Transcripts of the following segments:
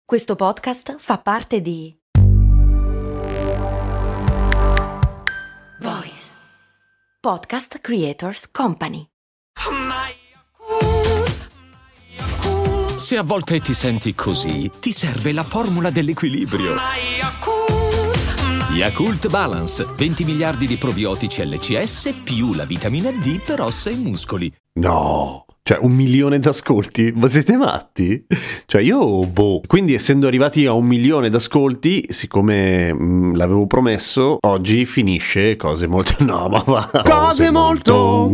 Questo podcast fa parte di Voice Podcast Creators Company. Se a volte ti senti così, ti serve la formula dell'equilibrio. Yakult Balance, 20 miliardi di probiotici LCS più la vitamina D per ossa e muscoli. No, cioè 1 milione d'ascolti? Ma siete matti? Cioè Quindi essendo arrivati a 1 milione d'ascolti, siccome l'avevo promesso, oggi finisce Cose Molto... No, ma va! Cose molto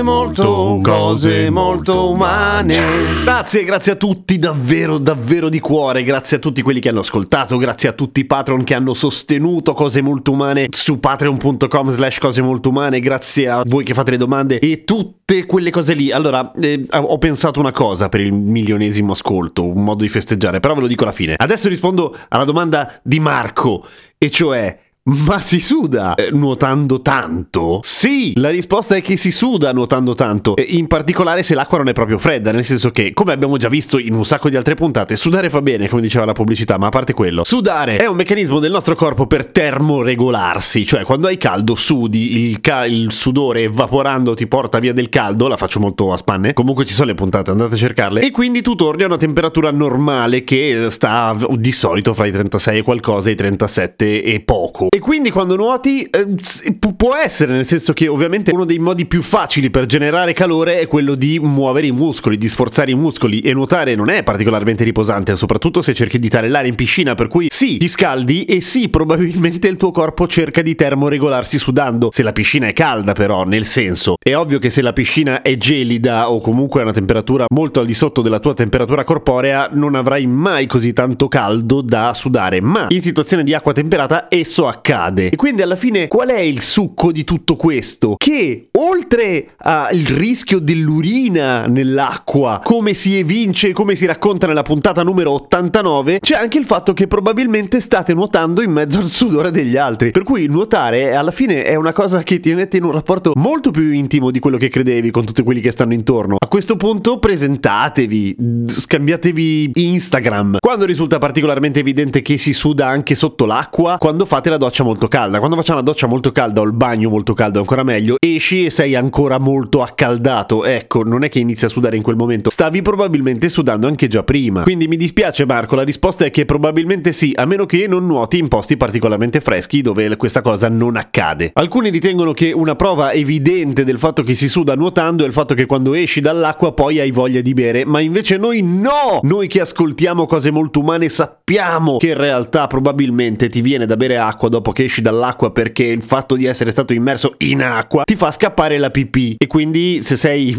umane. Grazie a tutti, davvero di cuore. Grazie a tutti quelli che hanno ascoltato, grazie a tutti i patron che hanno sostenuto Cose Molto Umane su patreon.com/Cose Molto Umane, grazie a voi che fate le domande e tutte quelle cose lì. Allora, ho pensato una cosa per il milionesimo ascolto, un modo di festeggiare, però ve lo dico alla fine. Adesso rispondo alla domanda di Marco, e cioè: ma si suda nuotando tanto? Sì, la risposta è che si suda nuotando tanto, in particolare se l'acqua non è proprio fredda, nel senso che, come abbiamo già visto in un sacco di altre puntate, sudare fa bene, come diceva la pubblicità, ma a parte quello, sudare è un meccanismo del nostro corpo per termoregolarsi, cioè quando hai caldo sudi, il sudore evaporando ti porta via del caldo. La faccio molto a spanne, comunque ci sono le puntate, andate a cercarle, e quindi tu torni a una temperatura normale che sta di solito fra i 36 e qualcosa e i 37 e poco. E quindi quando nuoti può essere, nel senso che ovviamente uno dei modi più facili per generare calore è quello di muovere i muscoli, di sforzare i muscoli, e nuotare non è particolarmente riposante, soprattutto se cerchi di dare l'aria in piscina, per cui sì, ti scaldi e sì, probabilmente il tuo corpo cerca di termoregolarsi sudando, se la piscina è calda. Però, nel senso, è ovvio che se la piscina è gelida o comunque a una temperatura molto al di sotto della tua temperatura corporea, non avrai mai così tanto caldo da sudare, ma in situazione di acqua temperata esso accade. E quindi alla fine qual è il succo di tutto questo? Che oltre al rischio dell'urina nell'acqua, come si evince e come si racconta nella puntata numero 89, c'è anche il fatto che probabilmente state nuotando in mezzo al sudore degli altri, per cui nuotare alla fine è una cosa che ti mette in un rapporto molto più intimo di quello che credevi con tutti quelli che stanno intorno. A questo punto presentatevi, scambiatevi Instagram quando risulta particolarmente evidente che si suda anche sotto l'acqua, quando fate la doccia molto calda. Quando facciamo la doccia molto calda o il bagno molto caldo, ancora meglio, esci e sei ancora molto accaldato. Ecco, non è che inizi a sudare in quel momento, stavi probabilmente sudando anche già prima. Quindi mi dispiace Marco, la risposta è che probabilmente sì, a meno che non nuoti in posti particolarmente freschi dove questa cosa non accade. Alcuni ritengono che una prova evidente del fatto che si suda nuotando è il fatto che quando esci dall'acqua poi hai voglia di bere, ma invece noi no! Noi che ascoltiamo Cose Molto Umane sappiamo che in realtà probabilmente ti viene da bere acqua dopo che esci dall'acqua, perché il fatto di essere stato immerso in acqua ti fa scappare la pipì, e quindi se sei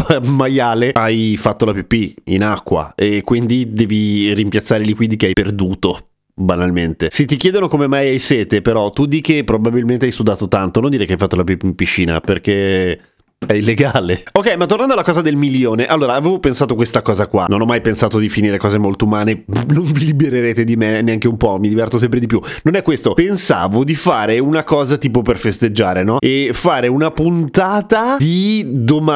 maiale hai fatto la pipì in acqua e quindi devi rimpiazzare i liquidi che hai perduto, banalmente. Se ti chiedono come mai hai sete, però tu di che probabilmente hai sudato tanto, non dire che hai fatto la pipì in piscina, perché è illegale. Ok, ma tornando alla cosa del milione, allora avevo pensato questa cosa qua, non ho mai pensato di finire Cose Molto Umane, non vi libererete di me neanche un po', mi diverto sempre di più, non è questo. Pensavo di fare una cosa tipo per festeggiare, no? E fare una puntata di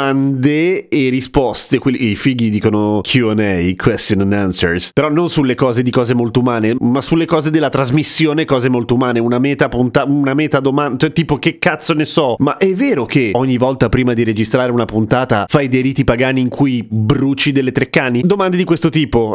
domande e risposte, quelli, i fighi dicono Q&A, question and answers, però non sulle cose di Cose Molto Umane, ma sulle cose della trasmissione Cose Molto Umane, una meta domanda, cioè tipo che cazzo ne so, ma è vero che ogni volta prima di registrare una puntata fai dei riti pagani in cui bruci delle treccani? Domande di questo tipo,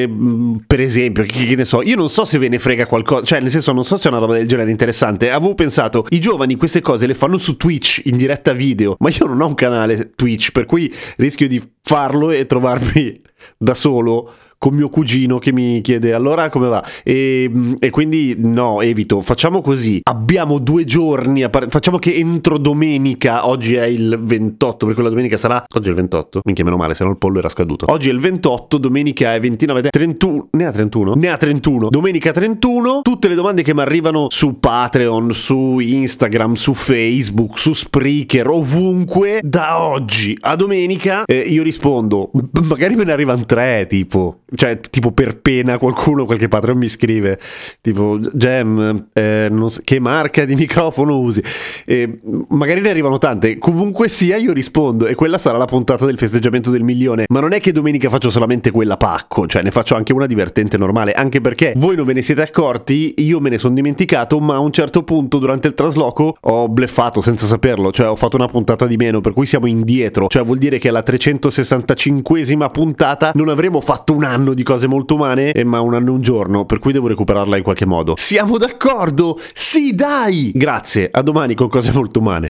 per esempio, che ne so, io non so se ve ne frega qualcosa, cioè nel senso non so se è una roba del genere interessante. Avevo pensato, i giovani queste cose le fanno su Twitch in diretta video, ma io non ho un canale Twitch, per cui rischio di farlo e trovarmi da solo con mio cugino che mi chiede allora come va, e quindi no, evito. Facciamo così, abbiamo 2 giorni facciamo che entro domenica, oggi è il 28, perché la domenica sarà, oggi è il 28, minchia meno male, se no il pollo era scaduto. Oggi è il 28, domenica è 29, 31, ne ha 31, domenica 31, tutte le domande che mi arrivano su Patreon, su Instagram, su Facebook, su Spreaker, ovunque, da oggi a domenica io rispondo, magari me ne arrivano 3 tipo, cioè tipo per pena qualche Patreon mi scrive tipo Gem, non so, che marca di microfono usi, e magari ne arrivano tante. Comunque sia, io rispondo, e quella sarà la puntata del festeggiamento del 1.000.000. Ma non è che domenica faccio solamente quella pacco, cioè ne faccio anche una divertente normale, anche perché voi non ve ne siete accorti, io me ne sono dimenticato, ma a un certo punto durante il trasloco ho bleffato senza saperlo, cioè ho fatto una puntata di meno, per cui siamo indietro, cioè vuol dire che alla 365esima puntata non avremo fatto un anno di Cose Molto Umane, ma un anno e un giorno, per cui devo recuperarla in qualche modo. Siamo d'accordo? Sì, dai! Grazie, a domani con Cose Molto Umane.